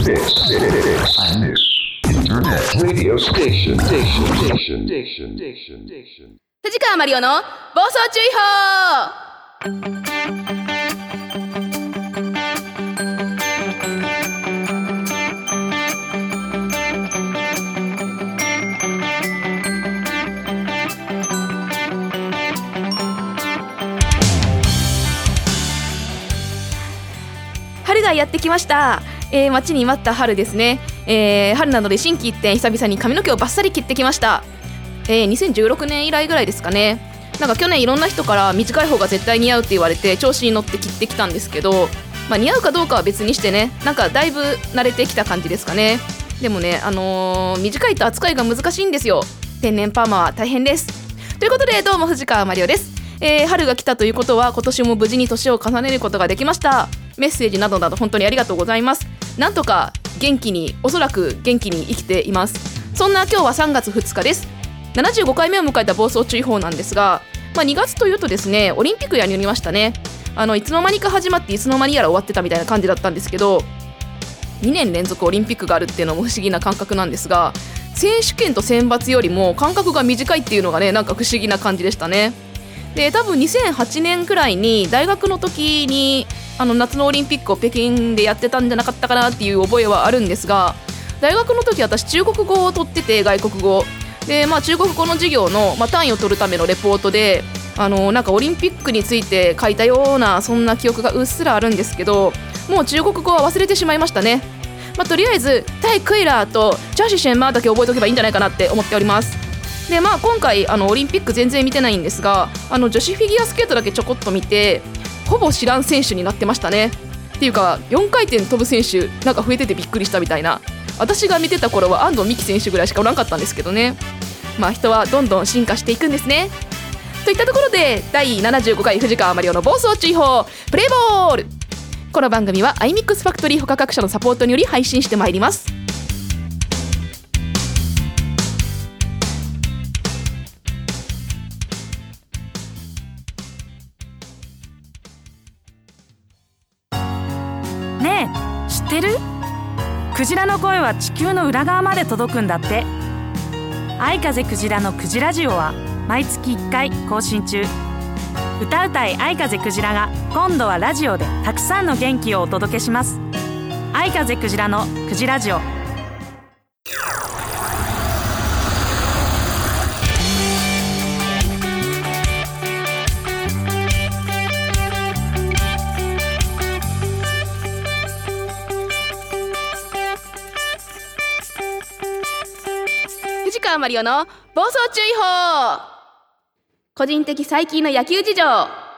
Internet radio station. 藤川マリオの暴走注意報。春がやってきました。待ちに待った春ですね。春なので心機一転久々に髪の毛をバッサリ切ってきました。2016年以来ぐらいですかね。なんか去年いろんな人から短い方が絶対似合うって言われて調子に乗って切ってきたんですけど、似合うかどうかは別にしてね、なんかだいぶ慣れてきた感じですかね。でもね、短いと扱いが難しいんですよ。天然パーマは大変です。ということでどうも藤川マリオです。春が来たということは今年も無事に年を重ねることができました。メッセージなどなど本当にありがとうございます。なんとか元気に、おそらく元気に生きています。そんな今日は3月2日です。75回目を迎えた暴走注意報なんですが、2月というとですね、オリンピックやりましたね。いつの間にか始まっていつの間にやら終わってたみたいな感じだったんですけど、2年連続オリンピックがあるっていうのも不思議な感覚なんですが、選手権と選抜よりも間隔が短いっていうのがね、なんか不思議な感じでしたね。で、多分2008年くらいに大学の時に夏のオリンピックを北京でやってたんじゃなかったかなっていう覚えはあるんですが、大学の時私中国語を取ってて、外国語で、中国語の授業の、単位を取るためのレポートでなんかオリンピックについて書いたようなそんな記憶がうっすらあるんですけど、もう中国語は忘れてしまいましたね。とりあえずタイクイラーとジャシシェンマーだけ覚えておけばいいんじゃないかなって思っております。で、今回オリンピック全然見てないんですが、女子フィギュアスケートだけちょこっと見て、ほぼ知らん選手になってましたね。っていうか4回転飛ぶ選手なんか増えててびっくりしたみたいな。私が見てた頃は安藤美希選手ぐらいしかおらんかったんですけどね。人はどんどん進化していくんですね。といったところで第75回藤川マリオの暴走注意報プレイボール。この番組は iMix ファクトリー他各社のサポートにより配信してまいります。 ねえ、知ってる？クジラの声は地球の裏側まで届くんだって。愛風クジラのクジラジオは毎月1回更新中。歌うたい愛風クジラが今度はラジオでたくさんの元気をお届けします。愛風クジラのクジラジオ。 藤川マリオの暴走注意報。個人的最近の野球事情。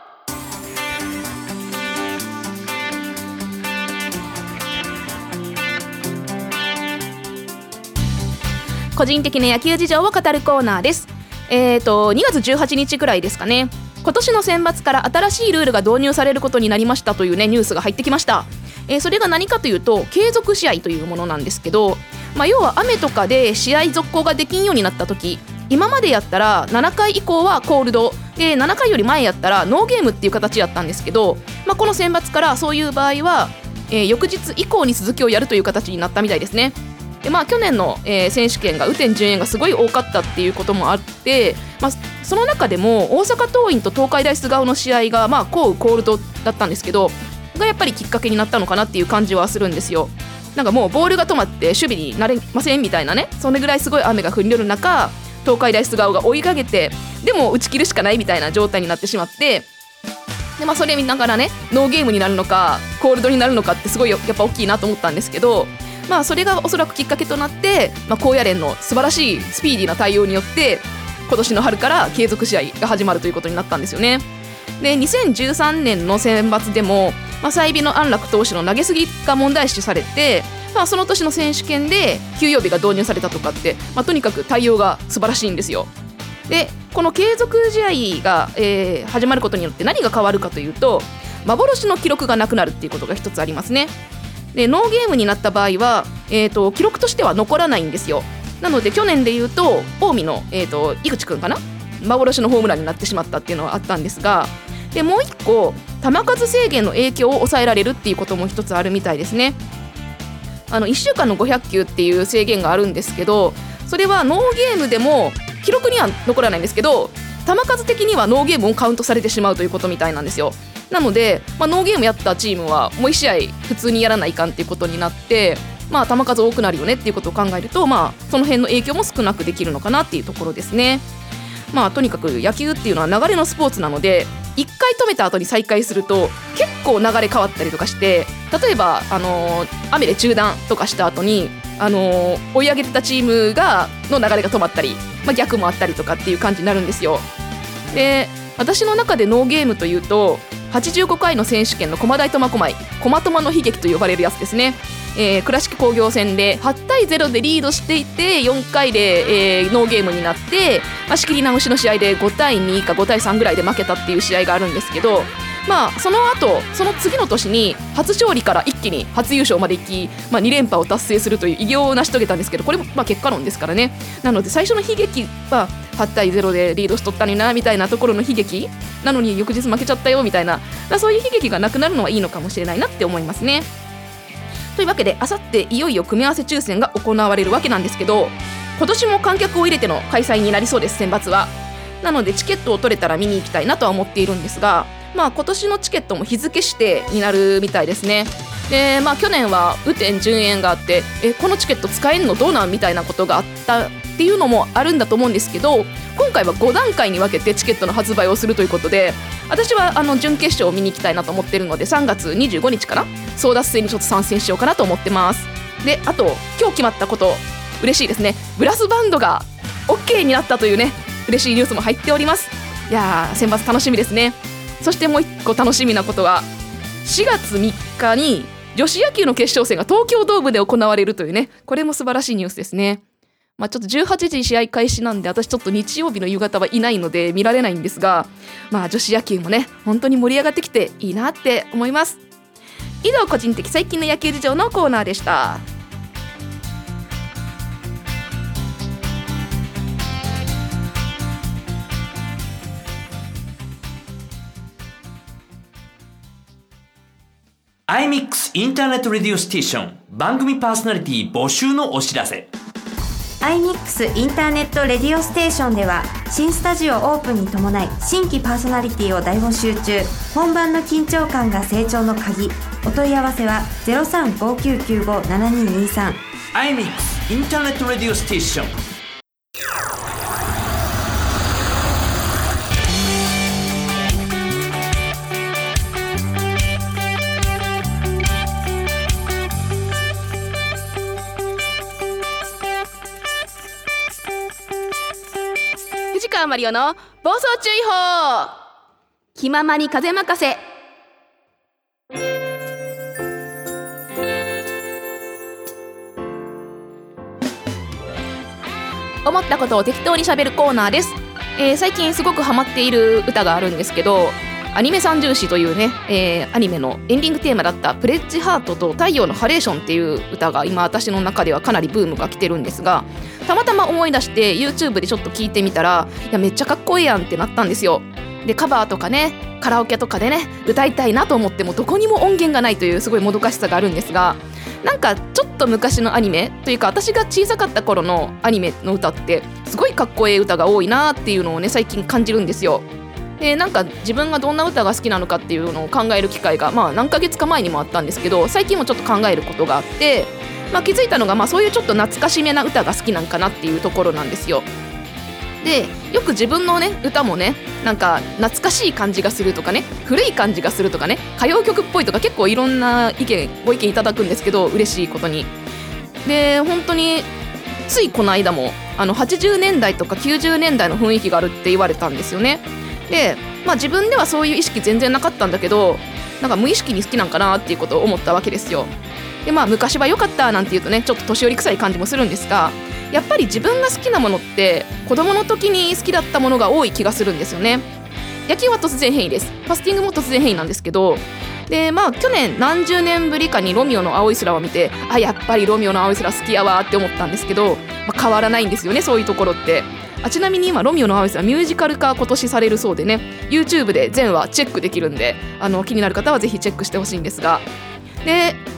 個人的な野球事情を語るコーナーです。2月18日くらいですかね、今年の選抜から新しいルールが導入されることになりましたというねニュースが入ってきました。それが何かというと継続試合というものなんですけど、要は雨とかで試合続行ができんようになった時、今までやったら7回以降はコールドで、7回より前やったらノーゲームっていう形やったんですけど、この選抜からそういう場合は、翌日以降に続きをやるという形になったみたいですね。で、去年の、選手権が雨天順延がすごい多かったっていうこともあって、その中でも大阪桐蔭と東海大菅生の試合が降雨コールドだったんですけどがやっぱりきっかけになったのかなっていう感じはするんですよ。なんかもうボールが止まって守備になれませんみたいなね、それぐらいすごい雨が降りる中、東海大菅生が追いかけて、でも打ち切るしかないみたいな状態になってしまって、で、それ見ながらね、ノーゲームになるのかコールドになるのかってすごいやっぱ大きいなと思ったんですけど、それがおそらくきっかけとなって、高野連の素晴らしいスピーディーな対応によって今年の春から継続試合が始まるということになったんですよね。で、2013年の選抜でも、済美の安楽投手の投げすぎが問題視されて、その年の選手権で休養日が導入されたとかって、とにかく対応が素晴らしいんですよ。で、この継続試合が、始まることによって何が変わるかというと、幻の記録がなくなるっていうことが一つありますね。で、ノーゲームになった場合は、記録としては残らないんですよ。なので去年でいうと近江の、井口くんかな、幻のホームランになってしまったっていうのはあったんですが、でもう一個球数制限の影響を抑えられるっていうことも一つあるみたいですね。 1週間の500球っていう制限があるんですけど、それはノーゲームでも記録には残らないんですけど、球数的にはノーゲームもカウントされてしまうということみたいなんですよ。なので、ノーゲームやったチームはもう1試合普通にやらないかんっていうことになって、球数多くなるよねっていうことを考えると、その辺の影響も少なくできるのかなっていうところですね。とにかく野球っていうのは流れのスポーツなので、1回止めた後に再開すると結構流れ変わったりとかして、例えば、雨で中断とかした後に、追い上げてたチームの流れが止まったり、逆もあったりとかっていう感じになるんですよ。で、私の中でノーゲームというと85回の選手権の駒大苫小牧駒苫の悲劇と呼ばれるやつですね。倉敷工業戦で8対0でリードしていて4回で、ノーゲームになって、仕切り直しの試合で5対2か5対3ぐらいで負けたっていう試合があるんですけど、その後その次の年に初勝利から一気に初優勝まで行き、2連覇を達成するという偉業を成し遂げたんですけど、これも結果論ですからね。なので最初の悲劇は8対0でリードしとったのになみたいなところの悲劇なのに翌日負けちゃったよみたいな、そういう悲劇がなくなるのはいいのかもしれないなって思いますね。というわけで、あさっていよいよ組み合わせ抽選が行われるわけなんですけど、今年も観客を入れての開催になりそうです、選抜は。なのでチケットを取れたら見に行きたいなとは思っているんですが、今年のチケットも日付指定になるみたいですね。で、去年は雨天順延があって、このチケット使えんのどうなんみたいなことがあったっていうのもあるんだと思うんですけど、今回は5段階に分けてチケットの発売をするということで、私は準決勝を見に行きたいなと思っているので、3月25日かな争奪戦にちょっと参戦しようかなと思ってます。で、あと今日決まったこと嬉しいですね。ブラスバンドが OK になったというね、嬉しいニュースも入っております。いやー、選抜楽しみですね。そしてもう一個楽しみなことは、4月3日に女子野球の決勝戦が東京ドームで行われるというね、これも素晴らしいニュースですね。ちょっと18時試合開始なんで、私ちょっと日曜日の夕方はいないので見られないんですが、女子野球もね本当に盛り上がってきていいなって思います。以上、個人的最近の野球事情のコーナーでした。 iMix インターネットレディオステーション番組パーソナリティ募集のお知らせ。 iMix インターネットレディオステーションでは、新スタジオオープンに伴い新規パーソナリティを大募集中。本番の緊張感が成長の鍵。お問い合わせは 0359957223。 iMix インターネットレディオステーション。 藤川マリオの暴走注意報。気ままに風任せ。思ったことを適当に喋るコーナーです。最近すごくハマっている歌があるんですけど、アニメ三重視というね、アニメのエンディングテーマだったプレッジハートと太陽のハレーションっていう歌が今私の中ではかなりブームが来てるんですが、たまたま思い出して YouTube でちょっと聞いてみたら、いやめっちゃかっこいいやんってなったんですよ。で、カバーとかね、カラオケとかでね歌いたいなと思ってもどこにも音源がないというすごいもどかしさがあるんですが、なんかちょっと昔のアニメというか、私が小さかった頃のアニメの歌ってすごいかっこいい歌が多いなっていうのをね最近感じるんですよ。で、なんか自分がどんな歌が好きなのかっていうのを考える機会が何ヶ月か前にもあったんですけど、最近もちょっと考えることがあって、気づいたのがそういうちょっと懐かしめな歌が好きなんかなっていうところなんですよ。で、よく自分のね歌もね、なんか懐かしい感じがするとかね、古い感じがするとかね、歌謡曲っぽいとか結構いろんなご意見いただくんですけど、嬉しいことに。で、本当についこの間も80年代とか90年代の雰囲気があるって言われたんですよね。で、自分ではそういう意識全然なかったんだけど、なんか無意識に好きなんかなっていうことを思ったわけですよ。で、昔は良かったなんて言うとねちょっと年寄り臭い感じもするんですが、やっぱり自分が好きなものって子供の時に好きだったものが多い気がするんですよね。野球は突然変異です。ファスティングも突然変異なんですけど、で、去年何十年ぶりかにロミオの青い空を見て、やっぱりロミオの青い空好きやわって思ったんですけど、変わらないんですよね、そういうところって。ちなみに今ロミオの青い空ミュージカル化今年されるそうでね、 YouTube で全話チェックできるんで、気になる方はぜひチェックしてほしいんですが、で、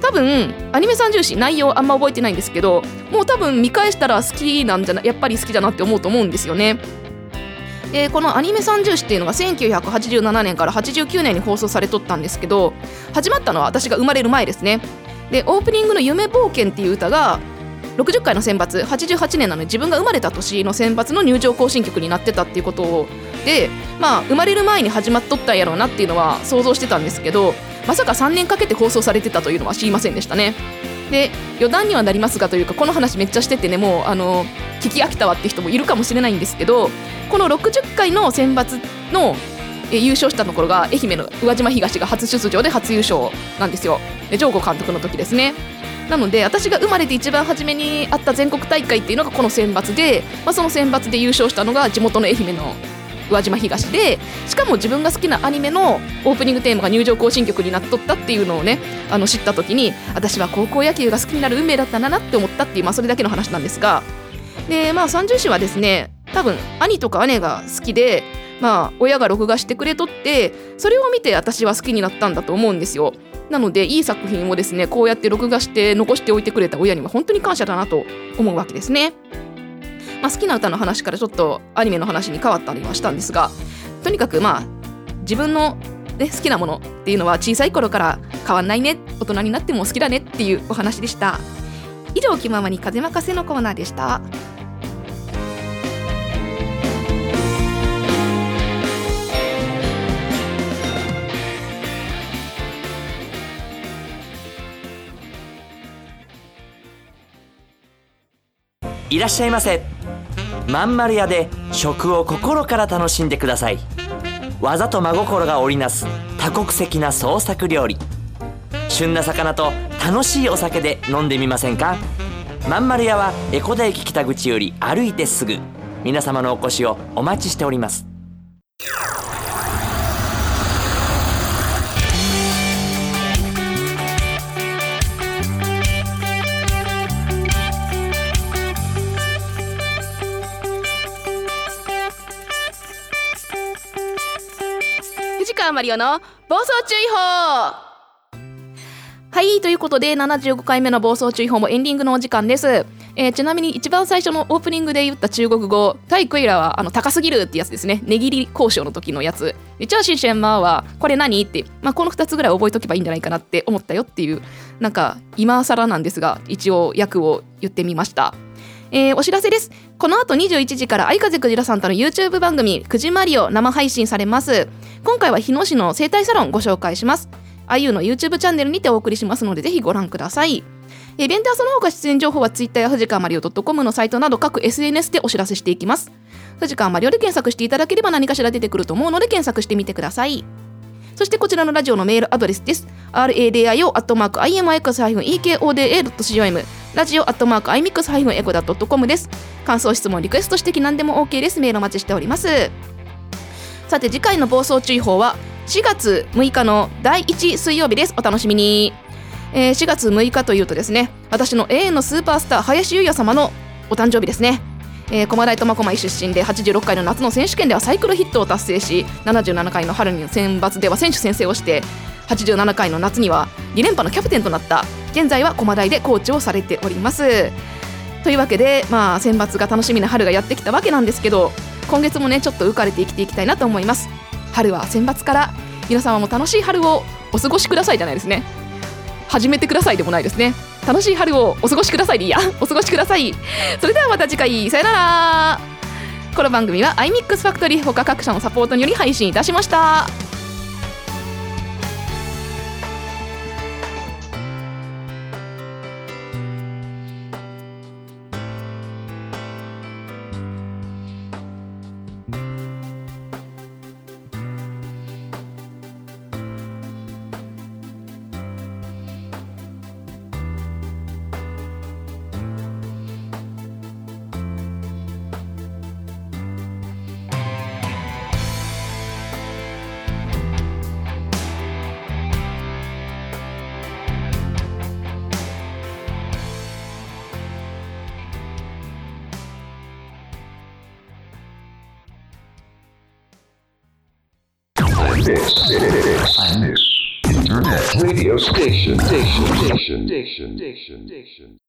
多分アニメ三重視内容あんま覚えてないんですけど、もう多分見返したら好きなんじゃない、やっぱり好きだなって思うと思うんですよね。このアニメ三重視っていうのが1987年から89年に放送されとったんですけど、始まったのは私が生まれる前ですね。でオープニングの夢冒険っていう歌が60回の選抜、88年なので自分が生まれた年の選抜の入場行進曲になってたっていうことで、生まれる前に始まっとったんやろうなっていうのは想像してたんですけど、まさか3年かけて放送されてたというのは知りませんでしたね。で余談にはなりますがというか、この話めっちゃしててね、もう聞き飽きたわって人もいるかもしれないんですけど、この60回の選抜の優勝したところが愛媛の宇和島東が初出場で初優勝なんですよ。上吾監督の時ですね。なので私が生まれて一番初めにあった全国大会っていうのがこの選抜で、その選抜で優勝したのが地元の愛媛の宇和島東で、しかも自分が好きなアニメのオープニングテーマが入場行進曲になっとったっていうのをね、知った時に私は高校野球が好きになる運命だったんだなって思ったっていう、それだけの話なんですが、で三重視はですね、多分兄とか姉が好きで、親が録画してくれとって、それを見て私は好きになったんだと思うんですよ。なのでいい作品をですね、こうやって録画して残しておいてくれた親には本当に感謝だなと思うわけですね。好きな歌の話からちょっとアニメの話に変わったりはしたんですが、とにかく自分の、好きなものっていうのは小さい頃から変わんないね、大人になっても好きだねっていうお話でした。以上、気ままに風任せのコーナーでした。 いらっしゃいませ。まんまる屋で食を心から楽しんでください。技と真心が織りなす多国籍な創作料理。旬な魚と楽しいお酒で飲んでみませんか。まんまる屋は江古田駅北口より歩いてすぐ。皆様のお越しをお待ちしております。 藤川マリオの暴走注意報。はい、ということで75回目の暴走注意報もエンディングのお時間です。ちなみに一番最初のオープニングで言った中国語タイクイラは高すぎるってやつですね。値切り交渉の時のやつで、チャーシンシェンマーはこれ何って、この2つぐらい覚えとけばいいんじゃないかなって思ったよっていう、なんか今更なんですが一応訳を言ってみました。お知らせです。この後21時から相風クジラさんとの YouTube 番組くじマリオ生配信されます。今回は日野市の生態サロンご紹介します。IU の YouTube チャンネルにてお送りしますのでぜひご覧ください。イベントはその他出演情報は Twitter や藤川マリオ .com のサイトなど各 SNS でお知らせしていきます。藤川マリオで検索していただければ何かしら出てくると思うので検索してみてください。そしてこちらのラジオのメールアドレスです。radio@imx-ekoda.com ラジオ@imx-ekoda.com です。感想、質問、リクエスト、指摘何でも OK です。メールお待ちしております。さて次回の暴走注意報は4月6日の第1水曜日です。お楽しみに。4月6日というとですね、私の永遠のスーパースター林優也様のお誕生日ですね。駒大苫小牧出身で86回の夏の選手権ではサイクルヒットを達成し、77回の春の選抜では選手宣誓をして、87回の夏には2連覇のキャプテンとなった。現在は駒大でコーチをされております。というわけで、選抜が楽しみな春がやってきたわけなんですけど、今月もねちょっと浮かれて生きていきたいなと思います。春は選抜から、皆様も楽しい春をお過ごしくださいじゃないですね。始めてくださいでもないですね。楽しい春をお過ごしくださいでいいや。お過ごしください。それではまた次回、さよなら。この番組は iMix ファクトリー他各社のサポートにより配信いたしました。 This Internet radio station.